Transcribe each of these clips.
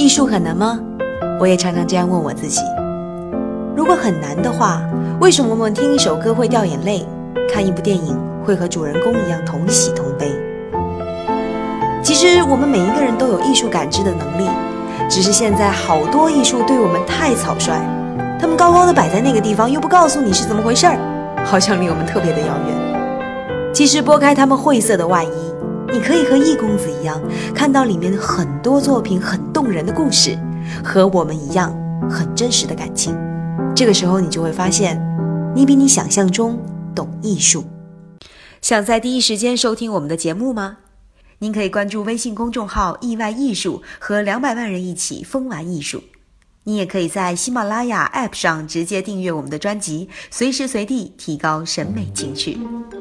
艺术很难吗？我也常常这样问我自己。如果很难的话，为什么我们听一首歌会掉眼泪，看一部电影会和主人公一样同喜同悲？其实我们每一个人都有艺术感知的能力，只是现在好多艺术对我们太草率，他们高高的摆在那个地方，又不告诉你是怎么回事儿，好像离我们特别的遥远。其实拨开他们晦涩的外衣，你可以和易公子一样，看到里面很多作品很动人的故事，和我们一样很真实的感情。这个时候你就会发现，你比你想象中懂艺术。想在第一时间收听我们的节目吗？您可以关注微信公众号意外艺术，和200万人一起疯玩艺术。你也可以在喜马拉雅 App 上直接订阅我们的专辑，随时随地提高审美情趣。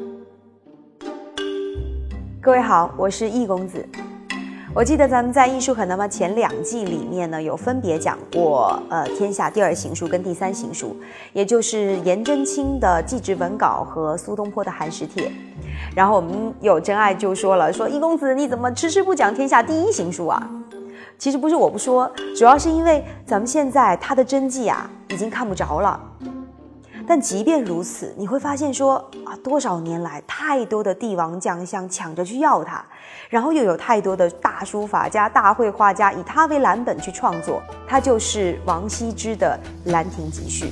各位好，我是易公子。我记得咱们在艺术很难吗前2季里面呢，有分别讲过天下第2行书跟第3行书，也就是颜真卿的祭侄文稿和苏东坡的寒食帖。然后我们有真爱就说了，说易公子你怎么迟迟不讲天下第1行书啊？其实不是我不说，主要是因为咱们现在他的真迹啊已经看不着了。但即便如此，你会发现说多少年来太多的帝王将相抢着去要它，然后又有太多的大书法家、大绘画家以它为蓝本去创作。它就是王羲之的《兰亭集序》。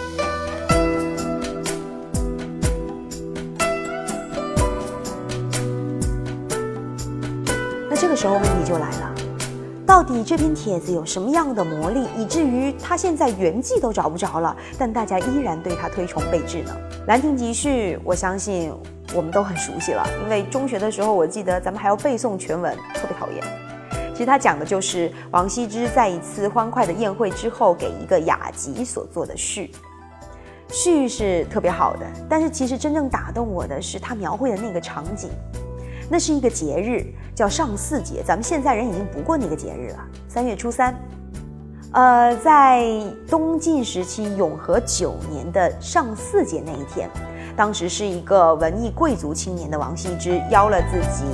那这个时候问题就来了，到底这篇帖子有什么样的魔力，以至于他现在原迹都找不着了，但大家依然对他推崇备至呢？《兰亭集序》我相信我们都很熟悉了，因为中学的时候我记得咱们还要背诵全文，特别讨厌。其实他讲的就是王羲之在一次欢快的宴会之后给一个雅集所做的序。序是特别好的，但是其实真正打动我的是他描绘的那个场景。那是一个节日，叫上巳节，咱们现在人已经不过那个节日了，3月初3。在东晋时期永和9年的上巳节那一天，当时是一个文艺贵族青年的王羲之，邀了自己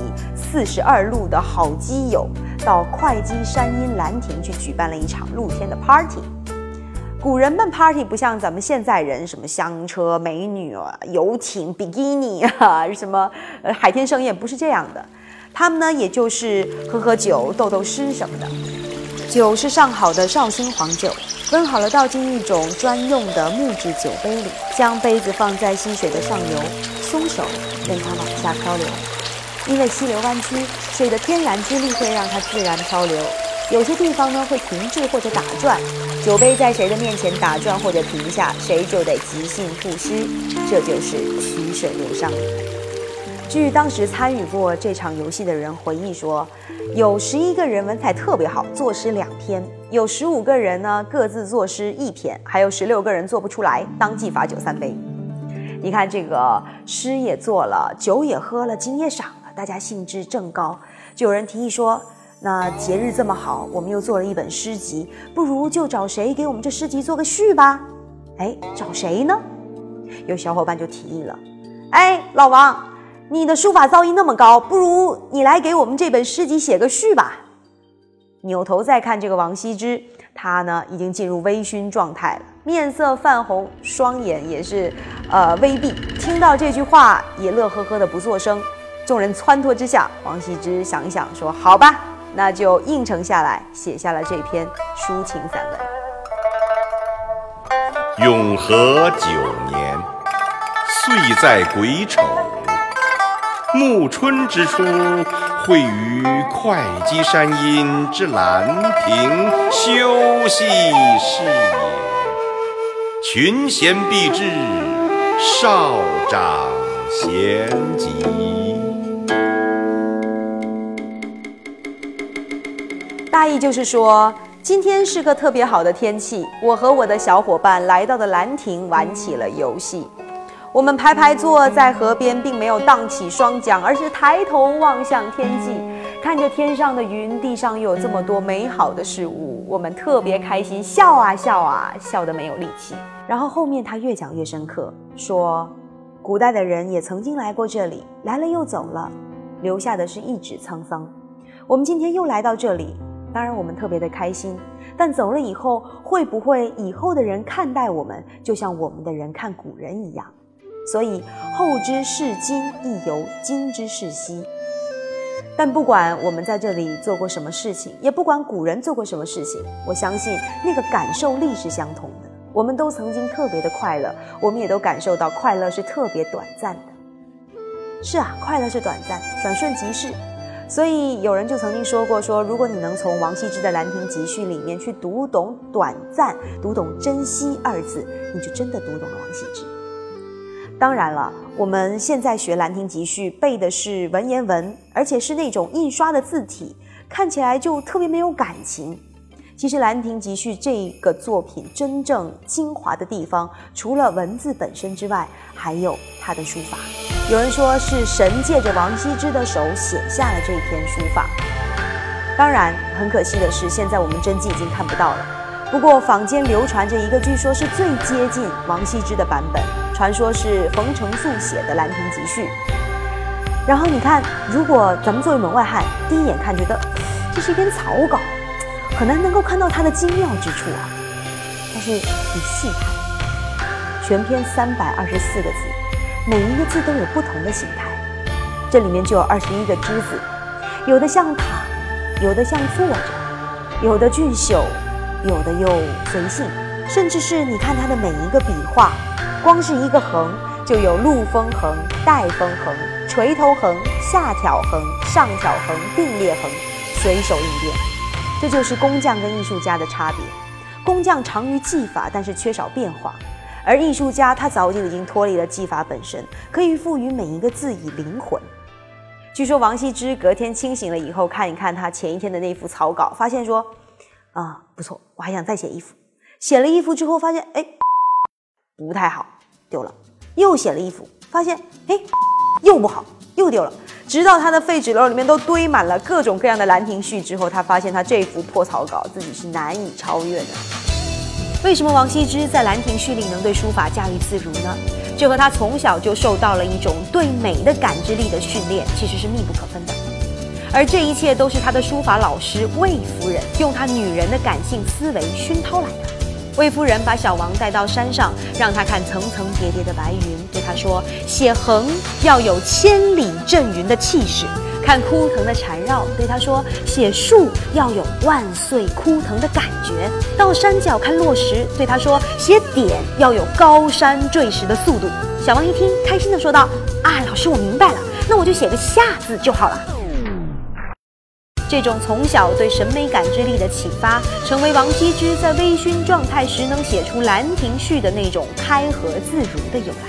42路的好基友到会稽山阴兰亭去举办了一场露天的 party。古人们 party 不像咱们现在人，什么香车、美女、游艇、比基尼什么海天盛宴，不是这样的。他们呢，也就是喝酒、斗诗什么的。酒是上好的绍兴黄酒，温好了倒进一种专用的木质酒杯里，将杯子放在溪水的上游，松手任它往下漂流。因为溪流弯曲，水的天然之力会让它自然漂流。有些地方呢会停滞或者打转，酒杯在谁的面前打转或者停下，谁就得即兴赋诗，这就是曲水流觞。据当时参与过这场游戏的人回忆说，有11个人文采特别好，作诗2篇；有15个人呢各自作诗1篇，还有16个人做不出来，当即罚酒3杯。你看这个诗也做了，酒也喝了，金也赏了，大家兴致正高，就有人提议说，那节日这么好，我们又做了一本诗集，不如就找谁给我们这诗集做个序吧。找谁呢？有小伙伴就提议了，老王，你的书法造诣那么高，不如你来给我们这本诗集写个序吧。扭头再看这个王羲之，他呢已经进入微醺状态了，面色泛红，双眼也是微闭，听到这句话也乐呵呵的不作声。众人撺掇之下，王羲之想一想说，好吧，那就应承下来，写下了这篇抒情散文。永和9年，岁在癸丑，暮春之初，会于会稽山阴之兰亭休息是也。群贤毕至，少长咸集。 大意就是说，今天是个特别好的天气，我和我的小伙伴来到的兰亭玩起了游戏。我们排坐在河边，并没有荡起双桨，而是抬头望向天际，看着天上的云，地上又有这么多美好的事物，我们特别开心，笑啊笑啊，笑得没有力气。然后后面他越讲越深刻，说古代的人也曾经来过这里，来了又走了，留下的是一纸沧桑。我们今天又来到这里， 当然我们特别的开心，但走了以后，会不会以后的人看待我们，就像我们的人看古人一样？所以后之视今，亦犹今之视昔。但不管我们在这里做过什么事情，也不管古人做过什么事情，我相信那个感受力是相同的。我们都曾经特别的快乐，我们也都感受到快乐是特别短暂的。是啊，快乐是短暂，转瞬即逝。所以有人就曾经说过，如果你能从王羲之的《兰亭集序》里面去读懂短暂，读懂珍惜二字，你就真的读懂了王羲之。当然了，我们现在学《兰亭集序》背的是文言文，而且是那种印刷的字体，看起来就特别没有感情。其实《兰亭集序》这个作品真正精华的地方，除了文字本身之外，还有它的书法。有人说是神借着王羲之的手写下了这篇书法。当然，很可惜的是，现在我们真迹已经看不到了。不过坊间流传着一个据说是最接近王羲之的版本，传说是冯承素写的《兰亭集序》。然后你看，如果咱们作为门外汉，第一眼看觉得这是一篇草稿，很难能够看到它的精妙之处啊。但是你细看，全篇324个字，每一个字都有不同的形态，这里面就有21个之字，有的像躺，有的像坐着，有的俊秀，有的又随性，甚至是你看它的每一个笔画，光是一个横就有陆风横、带风横、垂头横、下挑横、上挑横、并列横，随手应变。这就是工匠跟艺术家的差别。工匠长于技法，但是缺少变化，而艺术家他早就已经脱离了技法本身，可以赋予每一个字以灵魂。据说王羲之隔天清醒了以后，看一看他前一天的那幅草稿，发现说不错，我还想再写一幅。写了一幅之后发现不太好，丢了。又写了一幅，发现又不好，又丢了。直到他的废纸篓里面都堆满了各种各样的兰亭序之后，他发现他这幅破草稿自己是难以超越的。为什么王羲之在兰亭序里能对书法驾驭自如呢？这和他从小就受到了一种对美的感知力的训练其实是密不可分的。而这一切都是他的书法老师魏夫人用她女人的感性思维熏陶来的。魏夫人把小王带到山上，让他看层层叠叠的白云，对他说，写横要有千里震云的气势；看枯藤的缠绕，对他说，写树要有万岁枯藤的感觉；到山脚看落石，对他说，写点要有高山坠石的速度。小王一听，开心地说道，老师，我明白了，那我就写个下字就好了。这种从小对审美感知力的启发，成为王羲之在微醺状态时能写出《兰亭序》的那种开合自如的由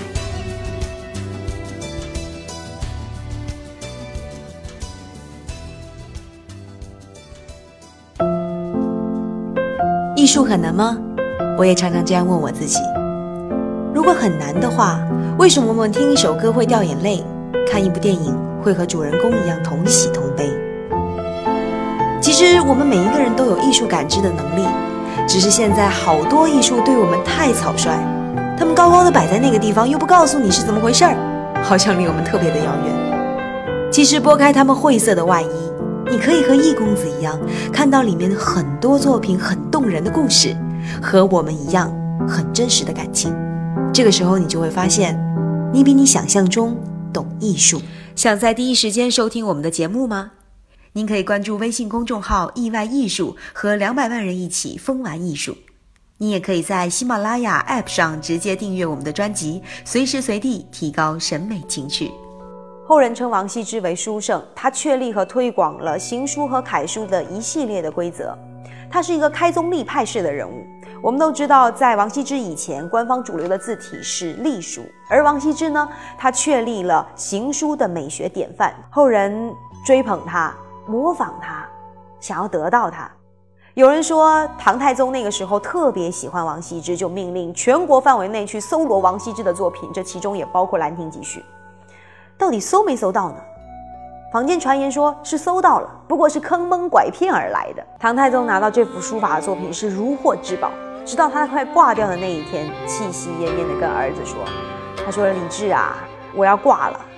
来。 艺术很难吗？我也常常这样问我自己。如果很难的话，为什么我们听一首歌会掉眼泪，看一部电影会和主人公一样同喜同悲？其实我们每一个人都有艺术感知的能力，只是现在好多艺术对我们太草率，他们高高的摆在那个地方，又不告诉你是怎么回事儿，好像离我们特别的遥远。其实拨开他们晦涩的外衣，你可以和易公子一样，看到里面很多作品很动人的故事，和我们一样很真实的感情。这个时候你就会发现，你比你想象中懂艺术。想在第一时间收听我们的节目吗？您可以关注微信公众号意外艺术，和200万人一起疯玩艺术。你也可以在喜马拉雅 App 上直接订阅我们的专辑，随时随地提高审美情趣。 后人称王羲之为书圣，他确立和推广了行书和楷书的一系列的规则。他是一个开宗立派式的人物。我们都知道，在王羲之以前，官方主流的字体是隶书，而王羲之呢，他确立了行书的美学典范，后人追捧他，模仿他，想要得到他。有人说唐太宗那个时候特别喜欢王羲之，就命令全国范围内去搜罗王羲之的作品，这其中也包括《兰亭集序》。到底搜没搜到呢？坊间传言说是搜到了，不过是坑蒙拐骗而来的。唐太宗拿到这幅书法的作品是如获至宝，直到他快挂掉的那一天，气息奄奄地跟儿子说，他说，李治啊，我要挂了，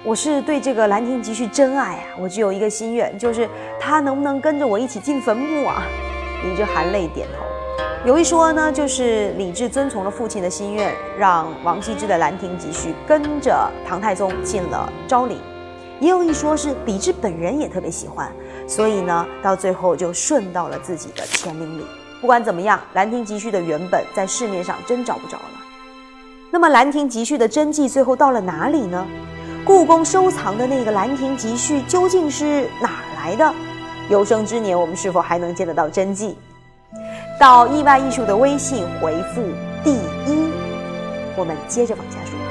我是对这个《兰亭集序》真爱啊，我只有一个心愿，就是他能不能跟着我一起进坟墓啊？李治含泪点头。有一说呢，就是李治遵从了父亲的心愿，让王羲之的《兰亭集序》跟着唐太宗进了昭陵。也有一说是李治本人也特别喜欢，所以呢，到最后就顺到了自己的乾陵里。不管怎么样，《兰亭集序》的原本在市面上真找不着了。那么《兰亭集序》的真迹最后到了哪里呢？故宫收藏的那个《兰亭集序》究竟是哪儿来的？有生之年我们是否还能见得到真迹？到意外艺术的微信回复第一，我们接着往下说。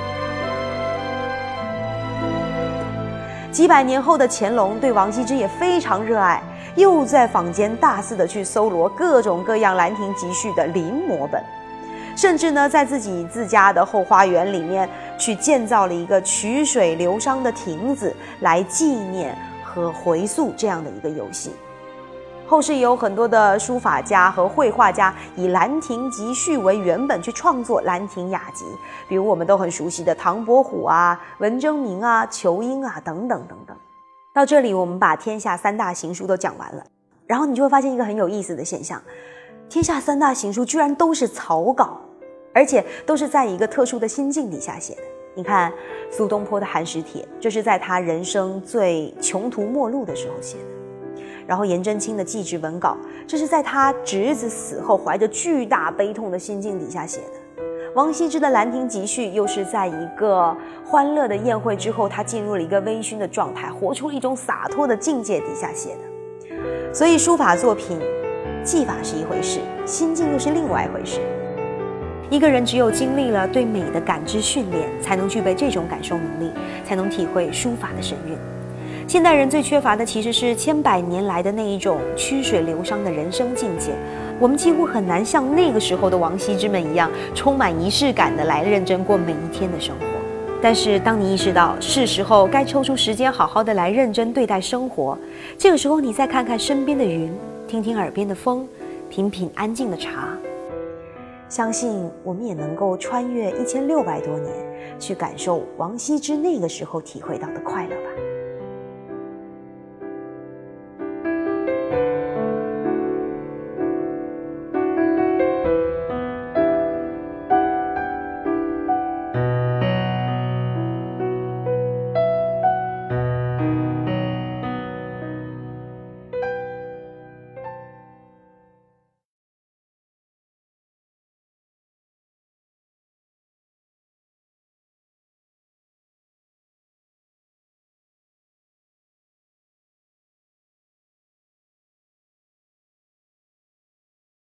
几百年后的乾隆对王羲之也非常热爱，又在坊间大肆的去搜罗各种各样《兰亭集序》的临摹本，甚至呢，在自家的后花园里面去建造了一个曲水流觞的亭子，来纪念和回溯这样的一个游戏。后世也有很多的书法家和绘画家以《兰亭集序》为原本去创作《兰亭雅集》，比如我们都很熟悉的唐伯虎啊、文征明啊、仇英啊等等等等。到这里我们把天下三大行书都讲完了，然后你就会发现一个很有意思的现象，天下三大行书居然都是草稿，而且都是在一个特殊的心境底下写的。你看苏东坡的《寒食帖》，这是在他人生最穷途末路的时候写的。然后颜真卿的祭侄文稿，这是在他侄子死后怀着巨大悲痛的心境底下写的。王羲之的《兰亭集序》又是在一个欢乐的宴会之后，他进入了一个微醺的状态，活出了一种洒脱的境界底下写的。所以书法作品技法是一回事，心境又是另外一回事。一个人只有经历了对美的感知训练，才能具备这种感受能力，才能体会书法的神韵。现代人最缺乏的其实是千百年来的那一种曲水流觞的人生境界，我们几乎很难像那个时候的王羲之们一样，充满仪式感的来认真过每一天的生活。但是当你意识到是时候该抽出时间好好的来认真对待生活，这个时候你再看看身边的云，听听耳边的风，品品安静的茶，相信我们也能够穿越1600多年，去感受王羲之那个时候体会到的快乐吧。